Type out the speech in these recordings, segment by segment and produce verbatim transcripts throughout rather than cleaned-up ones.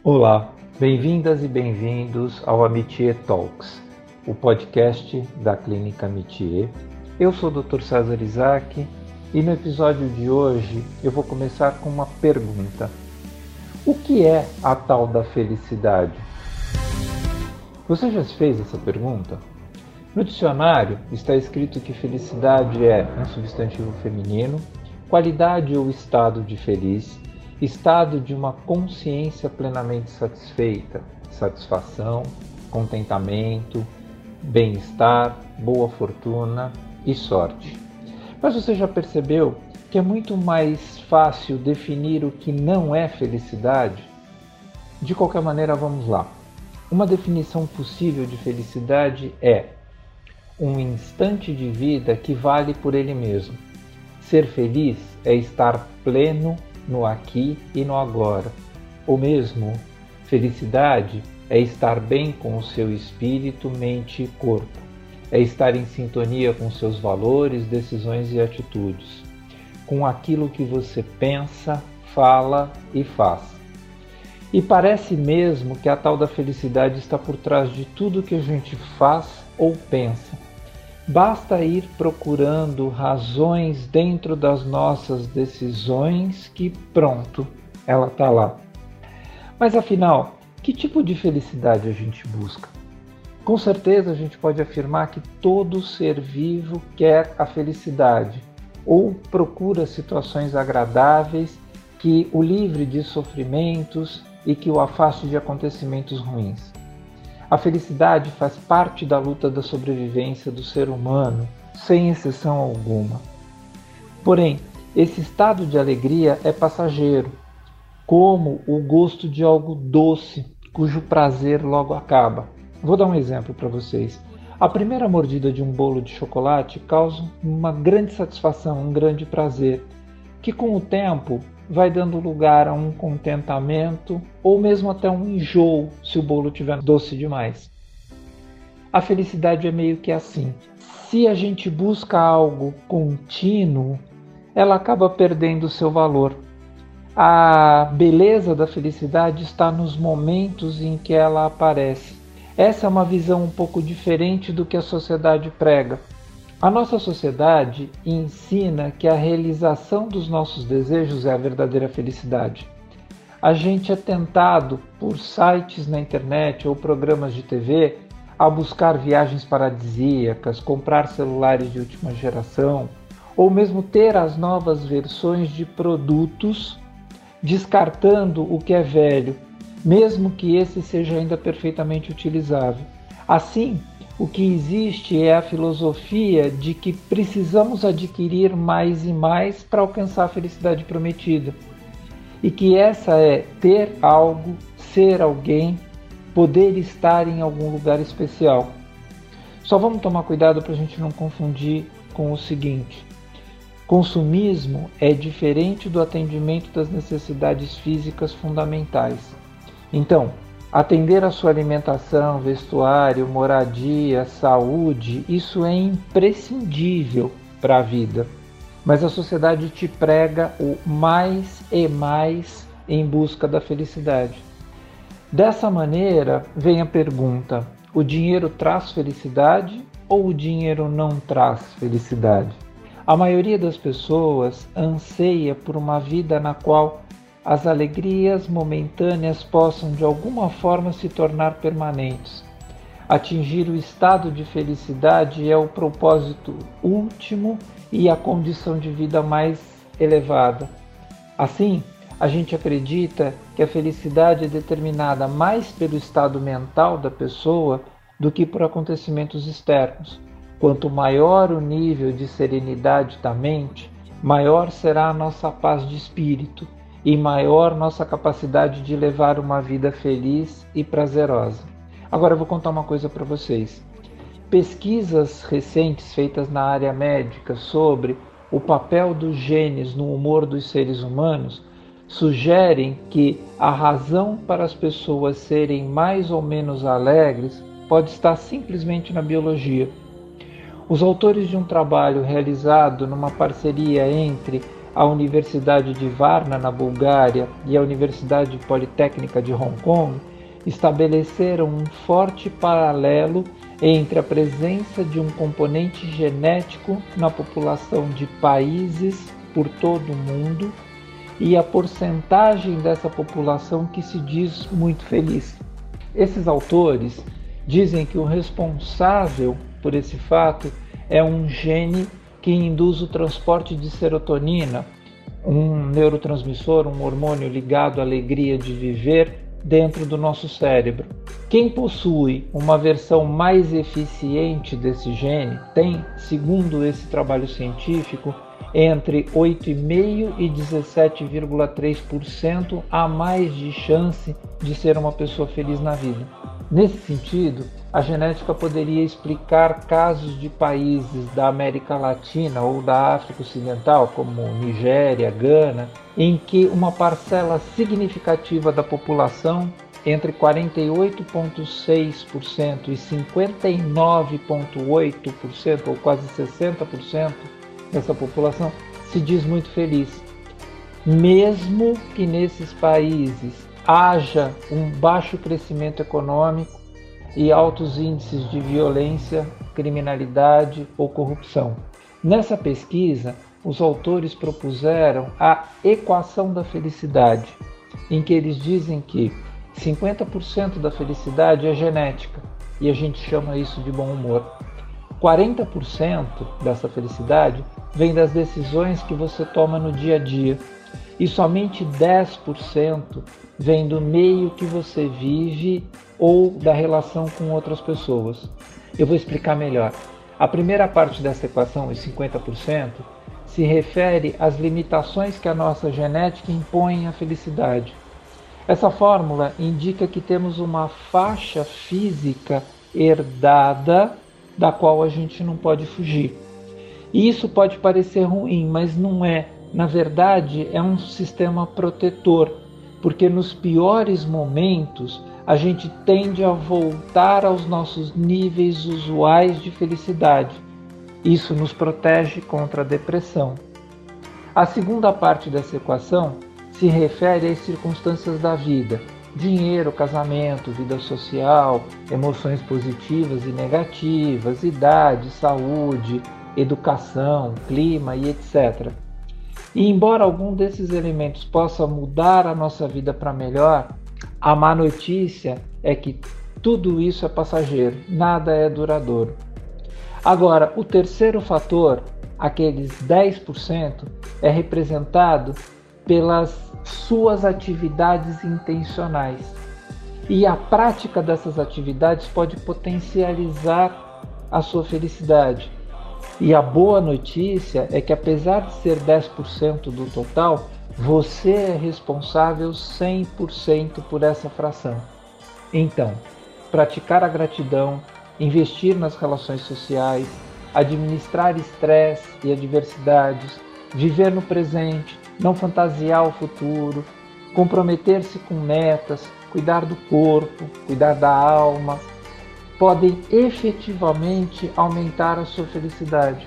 Olá, bem-vindas e bem-vindos ao Amitié Talks, o podcast da Clínica Amitié. Eu sou o doutor César Isaac e no episódio de hoje eu vou começar com uma pergunta. O que é a tal da felicidade? Você já se fez essa pergunta? No dicionário está escrito que felicidade é um substantivo feminino, qualidade ou estado de feliz, estado de uma consciência plenamente satisfeita, satisfação, contentamento, bem-estar, boa fortuna e sorte. Mas você já percebeu que é muito mais fácil definir o que não é felicidade? De qualquer maneira, vamos lá. Uma definição possível de felicidade é um instante de vida que vale por ele mesmo. Ser feliz é estar pleno no aqui e no agora. Ou mesmo, felicidade é estar bem com o seu espírito, mente e corpo. É estar em sintonia com seus valores, decisões e atitudes, com aquilo que você pensa, fala e faz. E parece mesmo que a tal da felicidade está por trás de tudo que a gente faz ou pensa. Basta ir procurando razões dentro das nossas decisões que pronto, ela está lá. Mas afinal, que tipo de felicidade a gente busca? Com certeza a gente pode afirmar que todo ser vivo quer a felicidade ou procura situações agradáveis que o livre de sofrimentos e que o afaste de acontecimentos ruins. A felicidade faz parte da luta da sobrevivência do ser humano, sem exceção alguma. Porém, esse estado de alegria é passageiro, como o gosto de algo doce, cujo prazer logo acaba. Vou dar um exemplo para vocês. A primeira mordida de um bolo de chocolate causa uma grande satisfação, um grande prazer, que com o tempo vai dando lugar a um contentamento ou mesmo até um enjoo se o bolo estiver doce demais. A felicidade é meio que assim. Se a gente busca algo contínuo, ela acaba perdendo seu valor. A beleza da felicidade está nos momentos em que ela aparece. Essa é uma visão um pouco diferente do que a sociedade prega. A nossa sociedade ensina que a realização dos nossos desejos é a verdadeira felicidade. A gente é tentado por sites na internet ou programas de T V a buscar viagens paradisíacas, comprar celulares de última geração ou mesmo ter as novas versões de produtos, descartando o que é velho, mesmo que esse seja ainda perfeitamente utilizável. Assim, o que existe é a filosofia de que precisamos adquirir mais e mais para alcançar a felicidade prometida. E que essa é ter algo, ser alguém, poder estar em algum lugar especial. Só vamos tomar cuidado para a gente não confundir com o seguinte: consumismo é diferente do atendimento das necessidades físicas fundamentais. Então, atender a sua alimentação, vestuário, moradia, saúde, isso é imprescindível para a vida. Mas a sociedade te prega o mais e mais em busca da felicidade. Dessa maneira, vem a pergunta: o dinheiro traz felicidade ou o dinheiro não traz felicidade? A maioria das pessoas anseia por uma vida na qual as alegrias momentâneas possam de alguma forma se tornar permanentes. Atingir o estado de felicidade é o propósito último e a condição de vida mais elevada. Assim, a gente acredita que a felicidade é determinada mais pelo estado mental da pessoa do que por acontecimentos externos. Quanto maior o nível de serenidade da mente, maior será a nossa paz de espírito e maior nossa capacidade de levar uma vida feliz e prazerosa. Agora eu vou contar uma coisa para vocês. Pesquisas recentes feitas na área médica sobre o papel dos genes no humor dos seres humanos sugerem que a razão para as pessoas serem mais ou menos alegres pode estar simplesmente na biologia. Os autores de um trabalho realizado numa parceria entre a Universidade de Varna, na Bulgária, e a Universidade Politécnica de Hong Kong estabeleceram um forte paralelo entre a presença de um componente genético na população de países por todo o mundo e a porcentagem dessa população que se diz muito feliz. Esses autores dizem que o responsável por esse fato é um gene que induz o transporte de serotonina, um neurotransmissor, um hormônio ligado à alegria de viver dentro do nosso cérebro. Quem possui uma versão mais eficiente desse gene tem, segundo esse trabalho científico, entre oito vírgula cinco por cento e dezessete vírgula três por cento a mais de chance de ser uma pessoa feliz na vida. Nesse sentido, a genética poderia explicar casos de países da América Latina ou da África Ocidental, como Nigéria, Gana, em que uma parcela significativa da população, entre quarenta e oito vírgula seis por cento e cinquenta e nove vírgula oito por cento, ou quase sessenta por cento dessa população, se diz muito feliz. Mesmo que nesses países haja um baixo crescimento econômico e altos índices de violência, criminalidade ou corrupção. Nessa pesquisa, os autores propuseram a equação da felicidade, em que eles dizem que cinquenta por cento da felicidade é genética, e a gente chama isso de bom humor. quarenta por cento dessa felicidade vem das decisões que você toma no dia a dia, e somente dez por cento vem do meio que você vive ou da relação com outras pessoas. Eu vou explicar melhor. A primeira parte dessa equação, os cinquenta por cento, se refere às limitações que a nossa genética impõe à felicidade. Essa fórmula indica que temos uma faixa física herdada da qual a gente não pode fugir. E isso pode parecer ruim, mas não é. Na verdade, é um sistema protetor, porque nos piores momentos a gente tende a voltar aos nossos níveis usuais de felicidade. Isso nos protege contra a depressão. A segunda parte dessa equação se refere às circunstâncias da vida: dinheiro, casamento, vida social, emoções positivas e negativas, idade, saúde, educação, clima e etcétera. E embora algum desses elementos possa mudar a nossa vida para melhor, a má notícia é que tudo isso é passageiro, nada é duradouro. Agora, o terceiro fator, aqueles dez por cento, é representado pelas suas atividades intencionais. E a prática dessas atividades pode potencializar a sua felicidade. E a boa notícia é que, apesar de ser dez por cento do total, você é responsável cem por cento por essa fração. Então, praticar a gratidão, investir nas relações sociais, administrar estresse e adversidades, viver no presente, não fantasiar o futuro, comprometer-se com metas, cuidar do corpo, cuidar da alma, podem efetivamente aumentar a sua felicidade.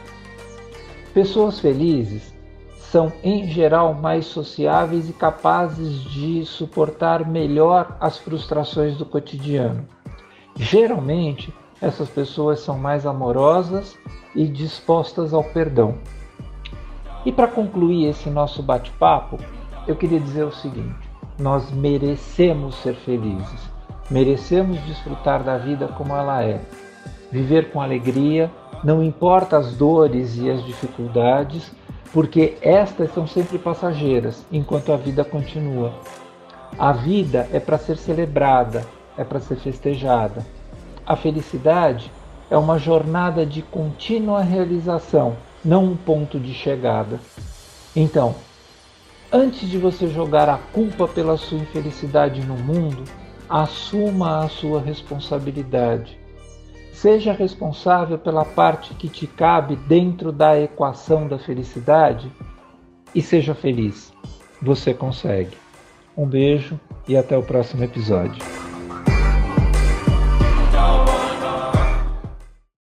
Pessoas felizes são, em geral, mais sociáveis e capazes de suportar melhor as frustrações do cotidiano. Geralmente, essas pessoas são mais amorosas e dispostas ao perdão. E para concluir esse nosso bate-papo, eu queria dizer o seguinte: nós merecemos ser felizes. Merecemos desfrutar da vida como ela é. Viver com alegria, não importa as dores e as dificuldades, porque estas são sempre passageiras, enquanto a vida continua. A vida é para ser celebrada, é para ser festejada. A felicidade é uma jornada de contínua realização, não um ponto de chegada. Então, antes de você jogar a culpa pela sua infelicidade no mundo, assuma a sua responsabilidade. Seja responsável pela parte que te cabe dentro da equação da felicidade e seja feliz. Você consegue. Um beijo e até o próximo episódio.